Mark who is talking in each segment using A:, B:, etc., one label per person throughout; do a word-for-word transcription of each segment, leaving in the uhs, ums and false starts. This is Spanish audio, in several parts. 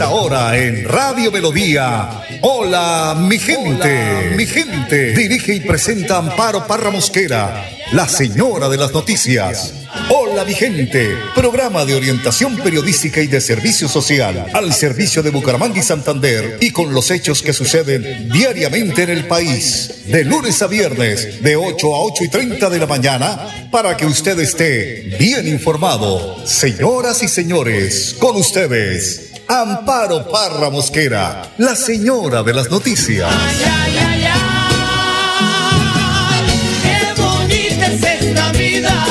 A: esta hora en Radio Melodía. Hola, mi gente. Hola, mi gente. Dirige y presenta Amparo Parra Mosquera, la señora de las noticias. Hola, mi gente. Programa de orientación periodística y de servicio social al servicio de Bucaramanga y Santander y con los hechos que suceden diariamente en el país. De lunes a viernes, de ocho a ocho y treinta de la mañana, para que usted esté bien informado. Señoras y señores, con ustedes, Amparo Parra Mosquera, la señora de las noticias.
B: Ay, ay, ay, ay, qué bonita es esta vida.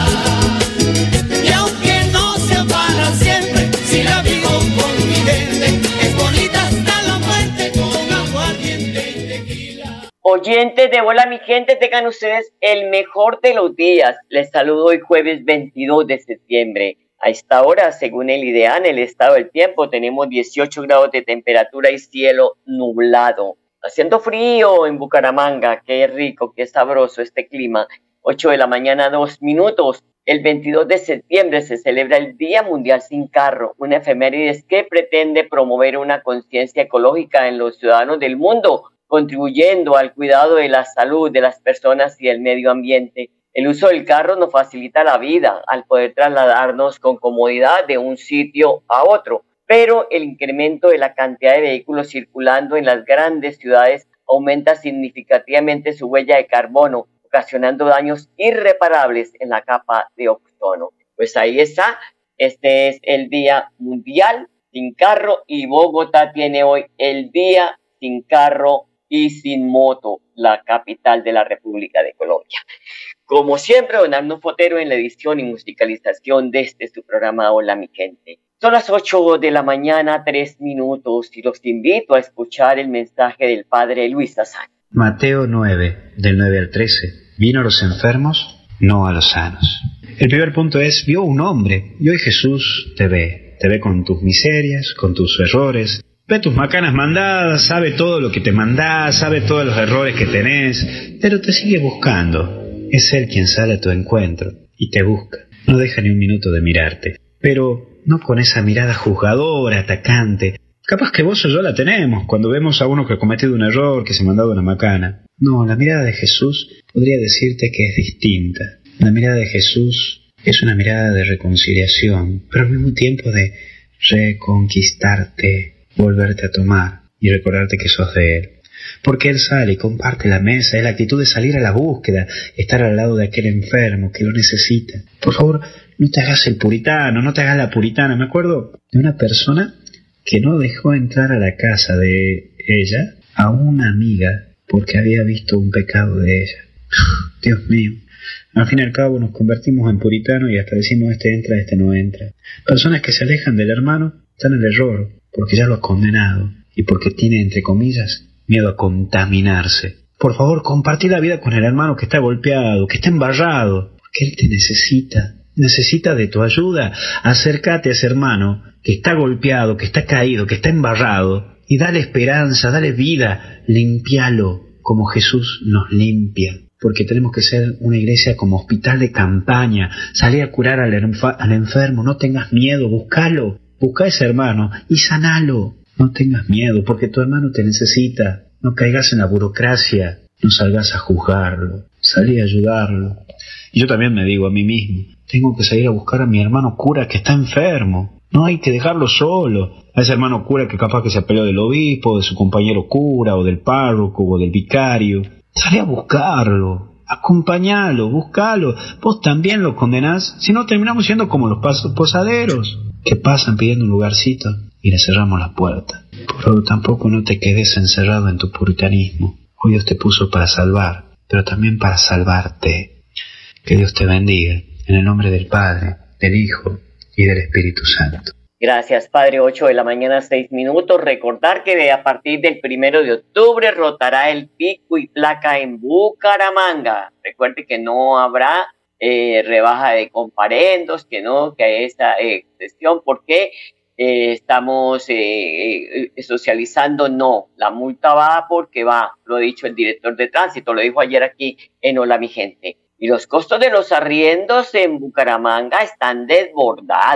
B: Y aunque no sea para siempre, si la vivo con mi gente, es bonita hasta la muerte con aguardiente y tequila.
C: Oyentes de Hola, mi gente, tengan ustedes el mejor de los días. Les saludo hoy jueves veintidós de septiembre. A esta hora, según el IDEAN, el estado del tiempo, tenemos dieciocho grados de temperatura y cielo nublado. Haciendo frío en Bucaramanga, qué rico, qué sabroso este clima. ocho de la mañana, dos minutos. El veintidós de septiembre se celebra el Día Mundial Sin Carro, una efeméride que pretende promover una conciencia ecológica en los ciudadanos del mundo, contribuyendo al cuidado de la salud de las personas y el medio ambiente. El uso del carro nos facilita la vida al poder trasladarnos con comodidad de un sitio a otro, pero el incremento de la cantidad de vehículos circulando en las grandes ciudades aumenta significativamente su huella de carbono, ocasionando daños irreparables en la capa de ozono. Pues ahí está, este es el Día Mundial Sin Carro y Bogotá tiene hoy el Día Sin Carro y Sin Moto, la capital de la República de Colombia. Como siempre, don Arnulfo Otero en la edición y musicalización de este su programa Hola, mi gente. Son las ocho de la mañana, tres minutos, y los invito a escuchar el mensaje del padre Luis Azán.
D: Mateo nueve, del nueve al trece. ¿Vino a los enfermos? No a los sanos. El primer punto es, vio un hombre, y hoy Jesús te ve. Te ve con tus miserias, con tus errores. Ve tus macanas mandadas, sabe todo lo que te mandás, sabe todos los errores que tenés, pero te sigue buscando. Es Él quien sale a tu encuentro y te busca. No deja ni un minuto de mirarte, pero no con esa mirada juzgadora, atacante. Capaz que vos o yo la tenemos cuando vemos a uno que ha cometido un error, que se ha mandado una macana. No, la mirada de Jesús podría decirte que es distinta. La mirada de Jesús es una mirada de reconciliación, pero al mismo tiempo de reconquistarte, volverte a tomar y recordarte que sos de Él. Porque Él sale y comparte la mesa, es la actitud de salir a la búsqueda, estar al lado de aquel enfermo que lo necesita. Por favor, no te hagas el puritano, no te hagas la puritana. Me acuerdo de una persona que no dejó entrar a la casa de ella a una amiga porque había visto un pecado de ella. Dios mío. Al fin y al cabo nos convertimos en puritanos y hasta decimos este entra, este no entra. Personas que se alejan del hermano están en el error porque ya lo ha condenado y porque tiene, entre comillas, miedo a contaminarse. Por favor, compartí la vida con el hermano que está golpeado, que está embarrado, porque él te necesita, necesita de tu ayuda. Acércate a ese hermano que está golpeado, que está caído, que está embarrado, y dale esperanza, dale vida, limpialo como Jesús nos limpia. Porque tenemos que ser una iglesia como hospital de campaña, salir a curar al, enf- al enfermo, no tengas miedo, búscalo, busca a ese hermano y sanalo. No tengas miedo, porque tu hermano te necesita. No caigas en la burocracia, no salgas a juzgarlo, salí a ayudarlo. Y yo también me digo a mí mismo, tengo que salir a buscar a mi hermano cura que está enfermo. No hay que dejarlo solo. A ese hermano cura que capaz que se peleó del obispo, de su compañero cura, o del párroco, o del vicario. Salí a buscarlo, acompañalo, buscalo. Vos también lo condenás, si no terminamos siendo como los posaderos, que pasan pidiendo un lugarcito y le cerramos la puerta. Pero tampoco no te quedes encerrado en tu puritanismo. Hoy Dios te puso para salvar, pero también para salvarte. Que Dios te bendiga, en el nombre del Padre, del Hijo y del Espíritu Santo.
C: Gracias, Padre. ocho de la mañana, seis minutos. Recordar que de a partir del primero de octubre rotará el pico y placa en Bucaramanga. Recuerde que no habrá eh, rebaja de comparendos, que no, que hay esta eh, sesión, porque eh, estamos eh, eh, socializando. No, la multa va porque va, lo ha dicho el director de tránsito, lo dijo ayer aquí en Hola, mi gente. Y los costos de los arriendos en Bucaramanga están desbordados.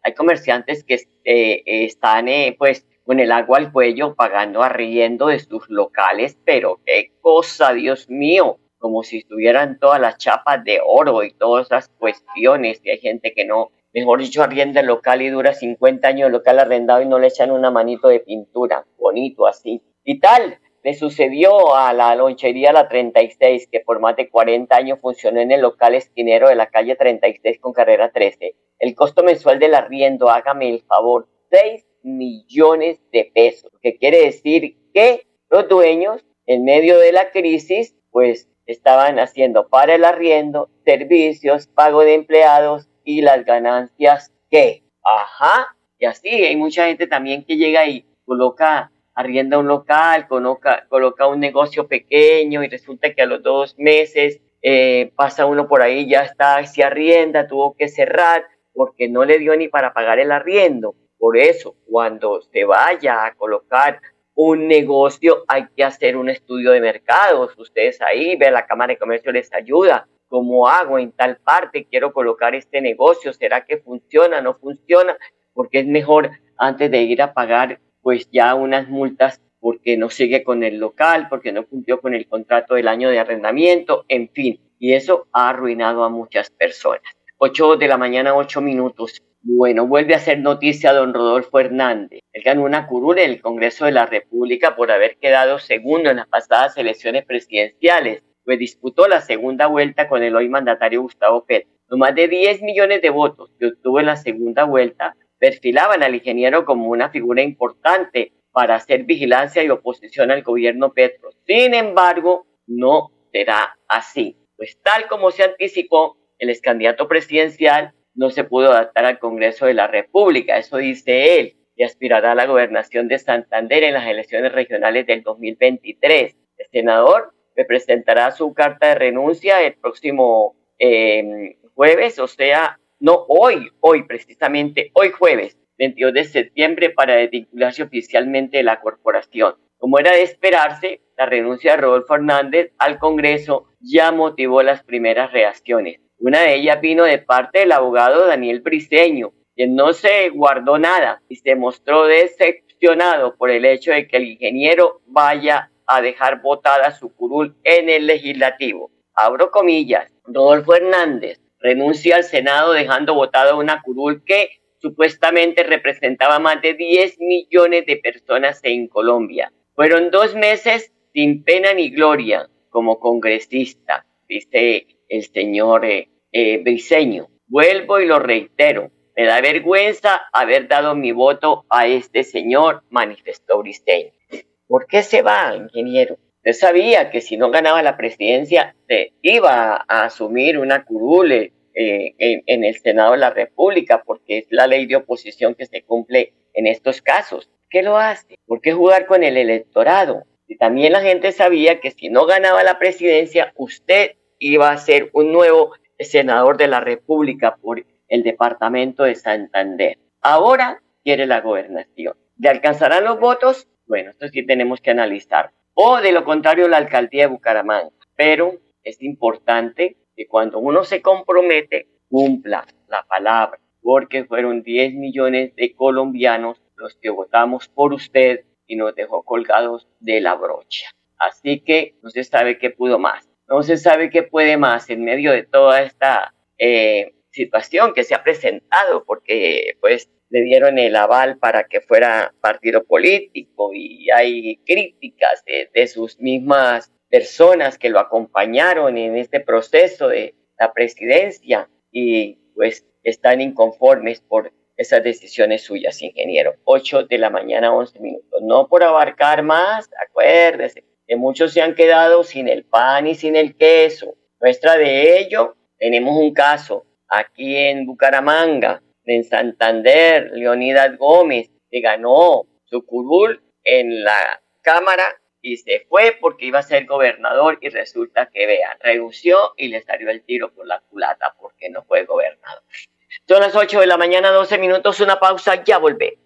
C: hay comerciantes que eh, están eh, pues con el agua al cuello pagando arriendo de sus locales, pero qué cosa, Dios mío, como si estuvieran todas las chapas de oro y todas esas cuestiones, y hay gente que no, mejor dicho, arrienda el local y dura cincuenta años el local arrendado y no le echan una manito de pintura, bonito así. Y tal, le sucedió a la lonchería La treinta y seis, que por más de cuarenta años funcionó en el local esquinero de la calle treinta y seis con carrera trece. El costo mensual del arriendo, hágame el favor, seis millones de pesos, que quiere decir que los dueños, en medio de la crisis, pues estaban haciendo para el arriendo, servicios, pago de empleados y las ganancias, ¿qué? Ajá, y así hay mucha gente también que llega y coloca, arrienda un local, coloca, coloca un negocio pequeño y resulta que a los dos meses eh, pasa uno por ahí, ya está, se arrienda, tuvo que cerrar porque no le dio ni para pagar el arriendo. Por eso, cuando se vaya a colocar un negocio, hay que hacer un estudio de mercados. Ustedes ahí, ve, la Cámara de Comercio les ayuda. ¿Cómo hago en tal parte? Quiero colocar este negocio. ¿Será que funciona? ¿No funciona? Porque es mejor, antes de ir a pagar, pues ya unas multas porque no sigue con el local, porque no cumplió con el contrato del año de arrendamiento, en fin. Y eso ha arruinado a muchas personas. ocho de la mañana, ocho minutos. Bueno, vuelve a ser noticia don Rodolfo Hernández. Él ganó una curul en el Congreso de la República por haber quedado segundo en las pasadas elecciones presidenciales, pues disputó la segunda vuelta con el hoy mandatario Gustavo Petro. Los más de diez millones de votos que obtuvo en la segunda vuelta perfilaban al ingeniero como una figura importante para hacer vigilancia y oposición al gobierno Petro. Sin embargo, no será así, pues tal como se anticipó, el ex candidato presidencial no se pudo adaptar al Congreso de la República, eso dice él, y aspirará a la gobernación de Santander en las elecciones regionales del dos mil veintitrés. El senador presentará su carta de renuncia el próximo eh, jueves, o sea, no hoy, hoy precisamente, hoy jueves, veintidós de septiembre, para desvincularse oficialmente de la corporación. Como era de esperarse, la renuncia de Rodolfo Hernández al Congreso ya motivó las primeras reacciones. Una de ellas vino de parte del abogado Daniel Briceño, quien no se guardó nada y se mostró decepcionado por el hecho de que el ingeniero vaya a dejar botada su curul en el legislativo. Abro comillas, Rodolfo Hernández renuncia al Senado dejando botada una curul que supuestamente representaba más de diez millones de personas en Colombia. Fueron dos meses sin pena ni gloria como congresista, dice el señor eh, eh, Briceño. Vuelvo y lo reitero, me da vergüenza haber dado mi voto a este señor, manifestó Briceño. ¿Por qué se va, ingeniero? Usted sabía que si no ganaba la presidencia, se iba a asumir una curul eh, en, en el Senado de la República, porque es la ley de oposición que se cumple en estos casos. ¿Qué lo hace? ¿Por qué jugar con el electorado? Y también la gente sabía que si no ganaba la presidencia, usted iba a ser un nuevo senador de la República por el departamento de Santander. Ahora quiere la gobernación. ¿Le alcanzarán los votos? Bueno, esto sí tenemos que analizar. O de lo contrario, la alcaldía de Bucaramanga. Pero es importante que cuando uno se compromete, cumpla la palabra, porque fueron diez millones de colombianos los que votamos por usted y nos dejó colgados de la brocha. Así que no se sabe qué pudo más. No se sabe qué puede más en medio de toda esta eh, situación que se ha presentado, porque pues le dieron el aval para que fuera partido político y hay críticas de, de sus mismas personas que lo acompañaron en este proceso de la presidencia y pues están inconformes por esas decisiones suyas, ingeniero. ocho de la mañana, once minutos. No por abarcar más, acuérdese que muchos se han quedado sin el pan y sin el queso. Muestra de ello, tenemos un caso aquí en Bucaramanga, en Santander, Leonidas Gómez, que ganó su curul en la Cámara y se fue porque iba a ser gobernador y resulta que, vean, renunció y le salió el tiro por la culata porque no fue gobernador. Son las ocho de la mañana, doce minutos, una pausa, ya volvemos.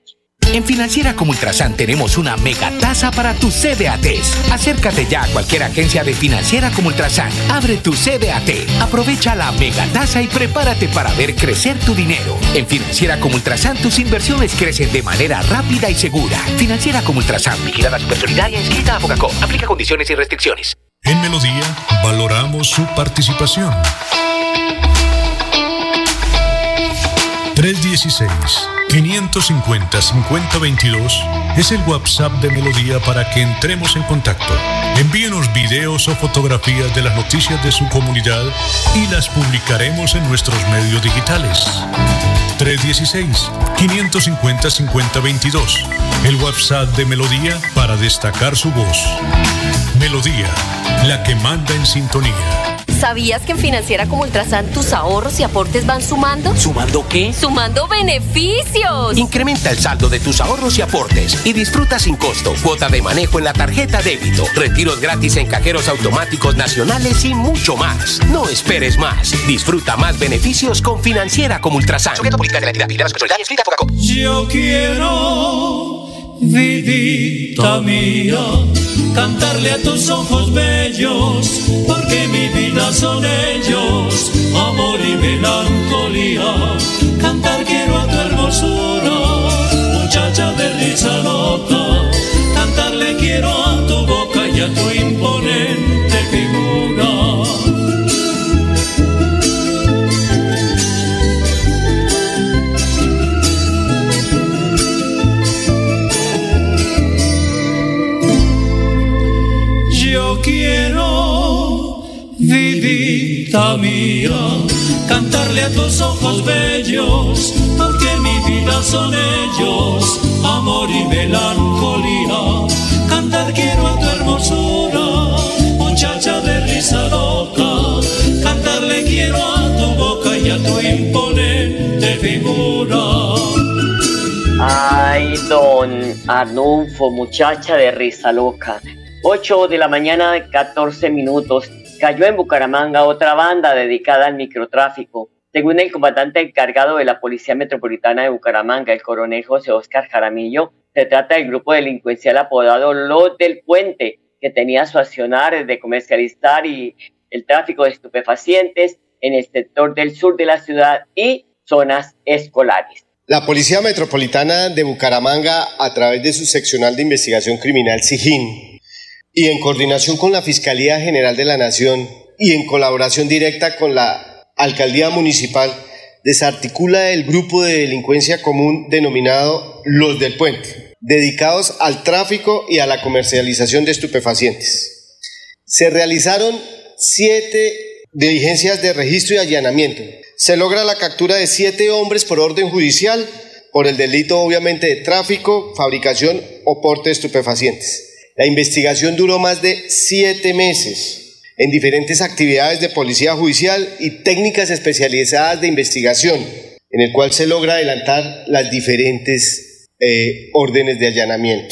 E: En Financiera como Ultrasan tenemos una mega tasa para tus C D A Ts. Acércate ya a cualquier agencia de Financiera como Ultrasan. Abre tu C D A T, aprovecha la mega tasa y prepárate para ver crecer tu dinero. En Financiera como Ultrasan tus inversiones crecen de manera rápida y segura. Financiera como Ultrasan, vigilada Supersolidaria, inscrita a Fogacop. Aplica condiciones y restricciones.
F: En Melodía valoramos su participación. tres uno seis, cinco cinco cero, cinco cero dos dos es el WhatsApp de Melodía para que entremos en contacto. Envíenos videos o fotografías de las noticias de su comunidad y las publicaremos en nuestros medios digitales. tres uno seis, cinco cinco cero, cinco cero dos dos, el WhatsApp de Melodía para destacar su voz. Melodía, la que manda en sintonía.
G: ¿Sabías que en Financiera como Ultrasan tus ahorros y aportes van sumando?
E: ¿Sumando qué?
G: ¡Sumando beneficios!
E: Incrementa el saldo de tus ahorros y aportes y disfruta sin costo cuota de manejo en la tarjeta débito, retiros gratis en cajeros automáticos nacionales y mucho más. No esperes más. Disfruta más beneficios con Financiera como Ultrasan. Sujeto a política de la entidad. Vigilada Supersolidaria, inscrita a Fogacop.
B: Yo quiero, vidita mía, cantarle a tus ojos bellos, porque mi vida son ellos, amor y melancolía. Cantar quiero a tu hermosura, muchacha de risa loca. Cantarle quiero a tu boca y a tu imponente figura. Yo quiero, vidita mía, cantarle a tus ojos bellos, porque mi vida son ellos, amor y melancolía. Cantar quiero a tu hermosura, muchacha de risa loca. Cantarle quiero a tu boca y a tu imponente figura.
C: Ay, don Arnulfo, muchacha de risa loca. ocho de la mañana, catorce minutos. Cayó en Bucaramanga otra banda dedicada al microtráfico. Según el comandante encargado de la Policía Metropolitana de Bucaramanga, el coronel José Óscar Jaramillo, se trata del grupo delincuencial apodado Los del Puente, que tenía su accionar de comercializar y el tráfico de estupefacientes en el sector del sur de la ciudad y zonas escolares.
H: La Policía Metropolitana de Bucaramanga, a través de su seccional de investigación criminal SIGIN, y en coordinación con la Fiscalía General de la Nación y en colaboración directa con la Alcaldía Municipal, desarticula el grupo de delincuencia común denominado Los del Puente, dedicados al tráfico y a la comercialización de estupefacientes. Se realizaron siete diligencias de registro y allanamiento. Se logra la captura de siete hombres por orden judicial por el delito obviamente de tráfico, fabricación o porte de estupefacientes. La investigación duró más de siete meses en diferentes actividades de policía judicial y técnicas especializadas de investigación, en el cual se logra adelantar las diferentes eh, órdenes de allanamiento.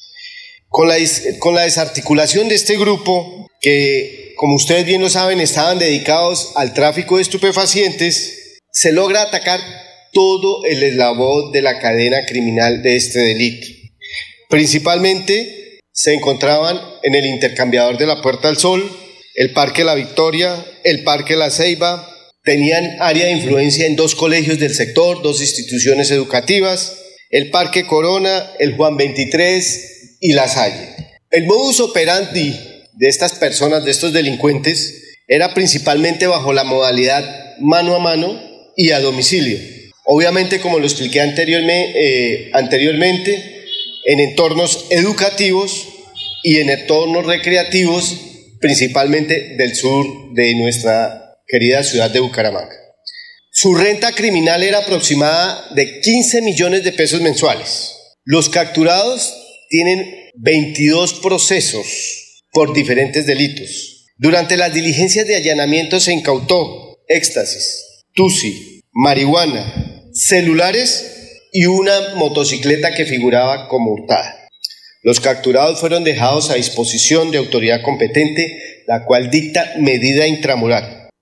H: Con la, con la desarticulación de este grupo, que como ustedes bien lo saben, estaban dedicados al tráfico de estupefacientes, se logra atacar todo el eslabón de la cadena criminal de este delito. Principalmente se encontraban en el intercambiador de la Puerta del Sol, el Parque La Victoria, el Parque La Ceiba. Tenían área de influencia en dos colegios del sector, dos instituciones educativas, el Parque Corona, el Juan veintitrés y La Salle. El modus operandi de estas personas, de estos delincuentes, era principalmente bajo la modalidad mano a mano y a domicilio. Obviamente, como lo expliqué anteriormente, eh, anteriormente en entornos educativos y en entornos recreativos, principalmente del sur de nuestra querida ciudad de Bucaramanga. Su renta criminal era aproximada de quince millones de pesos mensuales. Los capturados tienen veintidós procesos por diferentes delitos. Durante las diligencias de allanamiento se incautó éxtasis, tusi, marihuana, celulares y una motocicleta que figuraba como hurtada. Los capturados fueron dejados a disposición de autoridad competente, la cual dicta medida intramural.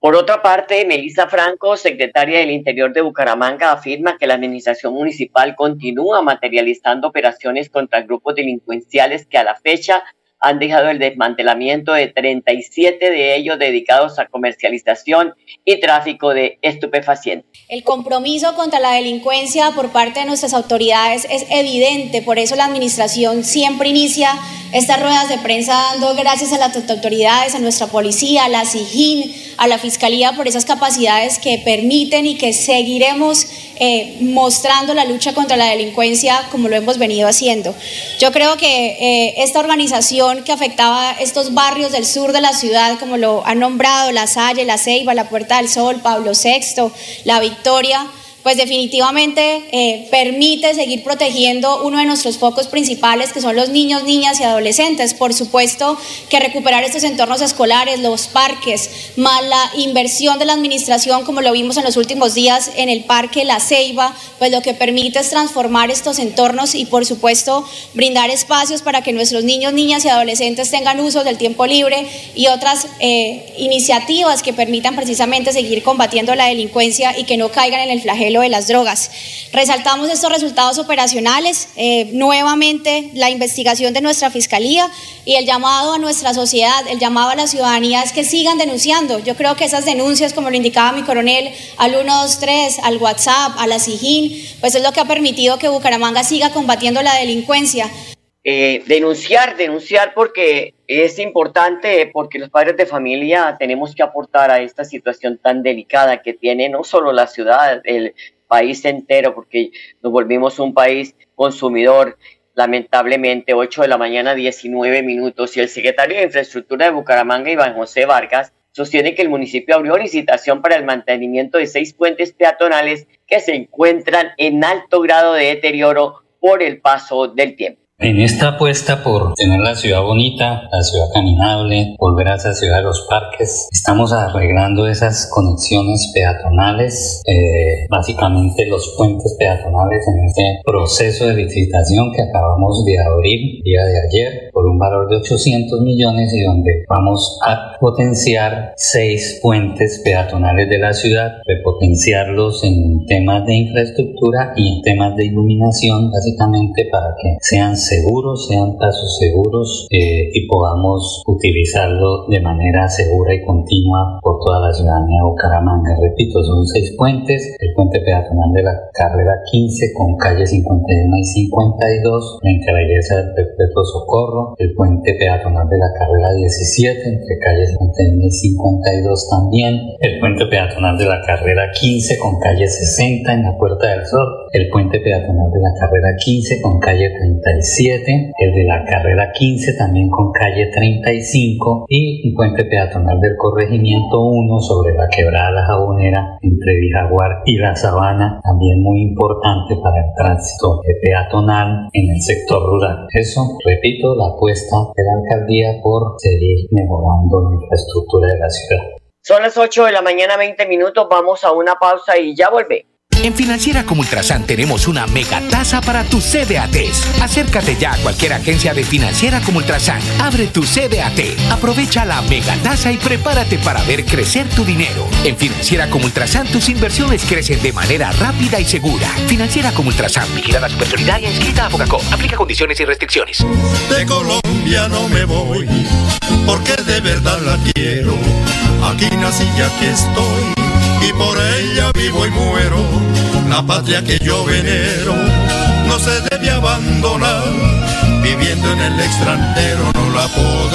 C: Por otra parte, Melissa Franco, secretaria del Interior de Bucaramanga, afirma que la administración municipal continúa materializando operaciones contra grupos delincuenciales que a la fecha han dejado el desmantelamiento de treinta y siete de ellos dedicados a comercialización y tráfico de estupefacientes.
I: El compromiso contra la delincuencia por parte de nuestras autoridades es evidente, por eso la administración siempre inicia estas ruedas de prensa dando gracias a las autoridades, a nuestra policía, a la SIJIN, a la Fiscalía por esas capacidades que permiten y que seguiremos eh, mostrando la lucha contra la delincuencia como lo hemos venido haciendo. Yo creo que eh, esta organización que afectaba estos barrios del sur de la ciudad, como lo han nombrado, La Salle, La Ceiba, La Puerta del Sol, Pablo sexto, La Victoria, pues definitivamente eh, permite seguir protegiendo uno de nuestros focos principales, que son los niños, niñas y adolescentes. Por supuesto que recuperar estos entornos escolares, los parques, más la inversión de la administración, como lo vimos en los últimos días en el Parque La Ceiba, pues lo que permite es transformar estos entornos y por supuesto brindar espacios para que nuestros niños, niñas y adolescentes tengan uso del tiempo libre y otras eh, iniciativas que permitan precisamente seguir combatiendo la delincuencia y que no caigan en el flagelo de las drogas. Resaltamos estos resultados operacionales, eh, nuevamente la investigación de nuestra Fiscalía y el llamado a nuestra sociedad, el llamado a la ciudadanía es que sigan denunciando. Yo creo que esas denuncias, como lo indicaba mi coronel, al uno dos tres, al WhatsApp, a la SIJIN, pues es lo que ha permitido que Bucaramanga siga combatiendo la delincuencia.
C: Eh, denunciar, denunciar porque es importante, porque los padres de familia tenemos que aportar a esta situación tan delicada que tiene no solo la ciudad, el país entero, porque nos volvimos un país consumidor. Lamentablemente, ocho de la mañana, diecinueve minutos, y el secretario de Infraestructura de Bucaramanga, Iván José Vargas, sostiene que el municipio abrió licitación para el mantenimiento de seis puentes peatonales que se encuentran en alto grado de deterioro por el paso del tiempo.
J: En esta apuesta por tener la ciudad bonita, la ciudad caminable, volver a esa ciudad de los parques, estamos arreglando esas conexiones peatonales, eh, básicamente los puentes peatonales en este proceso de licitación que acabamos de abrir el día de ayer por un valor de ochocientos millones y donde vamos a potenciar seis puentes peatonales de la ciudad, repotenciarlos en temas de infraestructura y en temas de iluminación, básicamente para que sean seguros, sean pasos seguros eh, y podamos utilizarlo de manera segura y continua por toda la ciudadanía de Bucaramanga. Repito, son seis puentes: el puente peatonal de la carrera quince con calle cincuenta y uno y cincuenta y dos frente a la iglesia del Perpetuo Socorro, el puente peatonal de la carrera diecisiete entre calle cincuenta y uno y cincuenta y dos también, el puente peatonal de la carrera quince con calle sesenta en la Puerta del Sol, el puente peatonal de la carrera quince con calle treinta y siete, el de la carrera quince también con calle treinta y cinco y un puente peatonal del corregimiento uno sobre la quebrada La Jabonera entre Vijaguar y La Sabana, también muy importante para el tránsito peatonal en el sector rural. Eso, repito, la apuesta de la alcaldía por seguir mejorando la infraestructura de la ciudad.
C: Son las ocho de la mañana, veinte minutos, vamos a una pausa y ya volvemos.
E: En Financiera como Ultrasan tenemos una mega tasa para tus C D A Ts. Acércate ya a cualquier agencia de Financiera como Ultrasan. Abre tu C D A T. Aprovecha la mega tasa y prepárate para ver crecer tu dinero. En Financiera como Ultrasan tus inversiones crecen de manera rápida y segura. Financiera como Ultrasan, vigilada supersolidaria, inscrita a Fogacop. Aplica condiciones y restricciones.
K: De Colombia no me voy, porque de verdad la quiero. Aquí nací y aquí estoy, y por ella vivo y muero. La patria que yo venero no se debe abandonar. Viviendo en el extranjero no la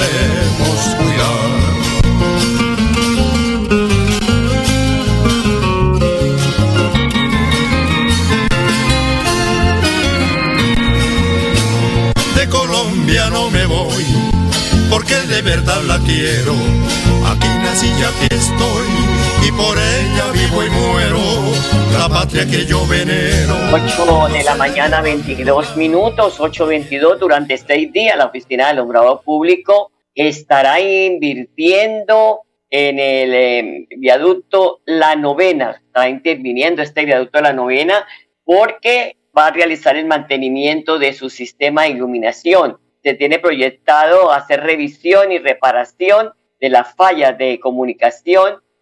K: podemos cuidar. De Colombia no me voy, porque de verdad la quiero. Aquí nací y aquí estoy, y por ella vivo y muero. La patria que yo venero.
C: ocho de la mañana, veintidós minutos, ocho veintidós. Durante seis días la Oficina del Alumbrado Público estará invirtiendo en el eh, viaducto La Novena. Está interviniendo este viaducto La Novena porque va a realizar el mantenimiento de su sistema de iluminación. Se tiene proyectado hacer revisión y reparación de las fallas de comunicación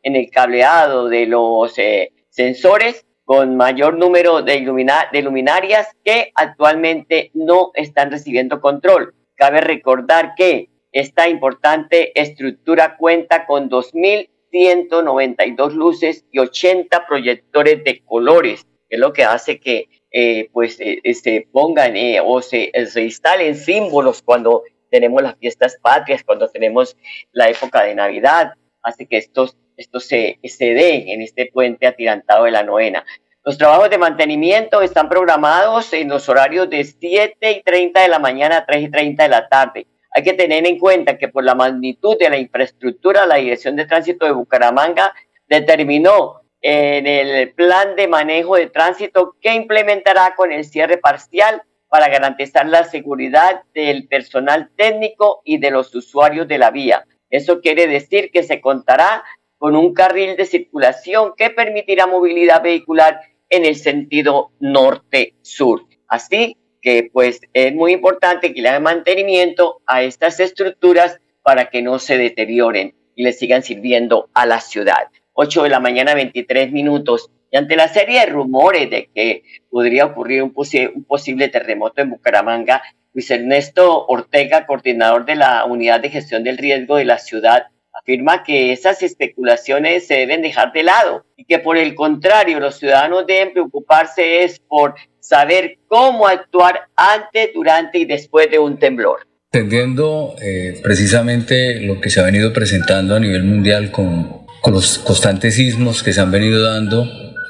C: en el cableado de los eh, sensores, con mayor número de, ilumina- de luminarias que actualmente no están recibiendo control. Cabe recordar que esta importante estructura cuenta con dos mil ciento noventa y dos luces y ochenta proyectores de colores, que es lo que hace que eh, pues, eh, se pongan eh, o se, se instalen símbolos cuando tenemos las fiestas patrias, cuando tenemos la época de Navidad, hace que estos, estos se, se den en este puente atirantado de la novena. Los trabajos de mantenimiento están programados en los horarios de siete y treinta de la mañana a tres y treinta de la tarde. Hay que tener en cuenta que por la magnitud de la infraestructura, la Dirección de Tránsito de Bucaramanga determinó en el plan de manejo de tránsito que implementará con el cierre parcial para garantizar la seguridad del personal técnico y de los usuarios de la vía. Eso quiere decir que se contará con un carril de circulación que permitirá movilidad vehicular en el sentido norte-sur. Así que pues es muy importante que le hagan mantenimiento a estas estructuras para que no se deterioren y le sigan sirviendo a la ciudad. ocho de la mañana, veintitrés minutos. Y ante la serie de rumores de que podría ocurrir un, posi- un posible terremoto en Bucaramanga, Luis Ernesto Ortega, coordinador de la Unidad de Gestión del Riesgo de la ciudad, afirma que esas especulaciones se deben dejar de lado y que por el contrario los ciudadanos deben preocuparse es por saber cómo actuar antes, durante y después de un temblor.
L: Entendiendo eh, precisamente lo que se ha venido presentando a nivel mundial con, con los constantes sismos que se han venido dando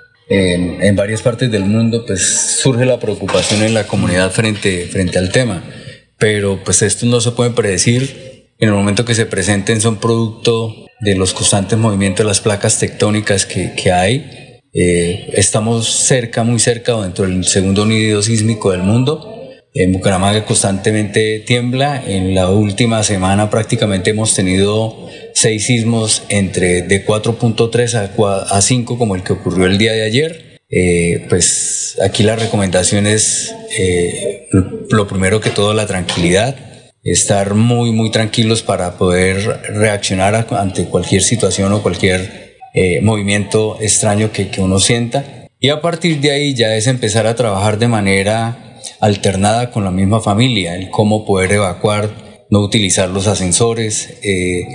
L: en, en varias partes del mundo, pues surge la preocupación en la comunidad frente, frente al tema. Pero pues estos no se pueden predecir. En el momento que se presenten son producto de los constantes movimientos de las placas tectónicas que, que hay. Eh, estamos cerca, muy cerca, dentro del segundo nido sísmico del mundo. En Bucaramanga constantemente tiembla. En la última semana prácticamente hemos tenido seis sismos entre de cuatro punto tres a cinco, como el que ocurrió el día de ayer. Eh, pues aquí la recomendación es, eh, lo primero que todo, la tranquilidad. Estar muy, muy tranquilos para poder reaccionar a, ante cualquier situación o cualquier Eh, movimiento extraño que, que uno sienta, y a partir de ahí ya es empezar a trabajar de manera alternada con la misma familia, el cómo poder evacuar, no utilizar los ascensores, eh,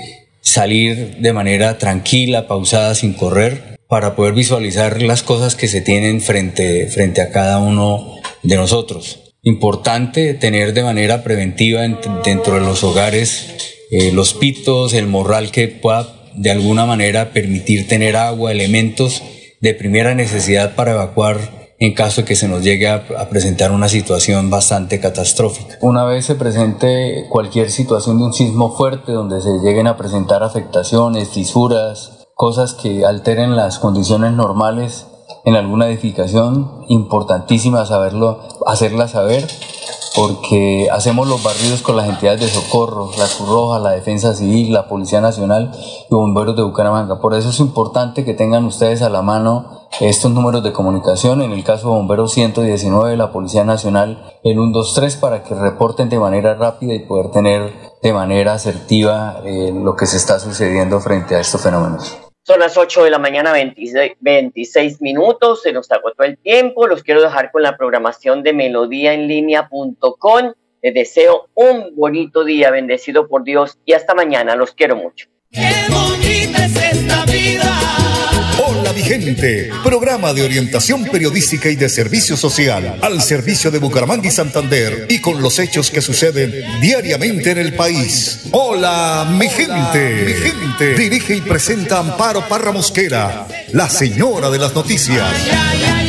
L: salir de manera tranquila, pausada, sin correr, para poder visualizar las cosas que se tienen frente, frente a cada uno de nosotros. Importante tener de manera preventiva en, dentro de los hogares eh, los pitos, el morral que pueda de alguna manera permitir tener agua, elementos de primera necesidad para evacuar en caso de que se nos llegue a, a presentar una situación bastante catastrófica. Una vez se presente cualquier situación de un sismo fuerte donde se lleguen a presentar afectaciones, fisuras, cosas que alteren las condiciones normales en alguna edificación, importantísima saberlo, hacerla saber, porque hacemos los barridos con las entidades de socorro, la Cruz Roja, la Defensa Civil, la Policía Nacional y Bomberos de Bucaramanga. Por eso es importante que tengan ustedes a la mano estos números de comunicación, en el caso de Bomberos ciento diecinueve, la Policía Nacional el ciento veintitrés, para que reporten de manera rápida y poder tener de manera asertiva eh, lo que se está sucediendo frente a estos fenómenos.
C: Son las ocho de la mañana, veintiséis, veintiséis minutos, se nos agotó el tiempo. Los quiero dejar con la programación de melodía en línea punto com. Les deseo un bonito día, bendecido por Dios, y hasta mañana. Los quiero mucho.
B: ¡Qué bonita es esta vida!
A: Hola mi gente, programa de orientación periodística y de servicio social al servicio de Bucaramanga y Santander y con los hechos que suceden diariamente en el país. Hola mi gente, mi gente. Dirige y presenta Amparo Parra Mosquera, la señora de las noticias.
B: Ay, ay, ay.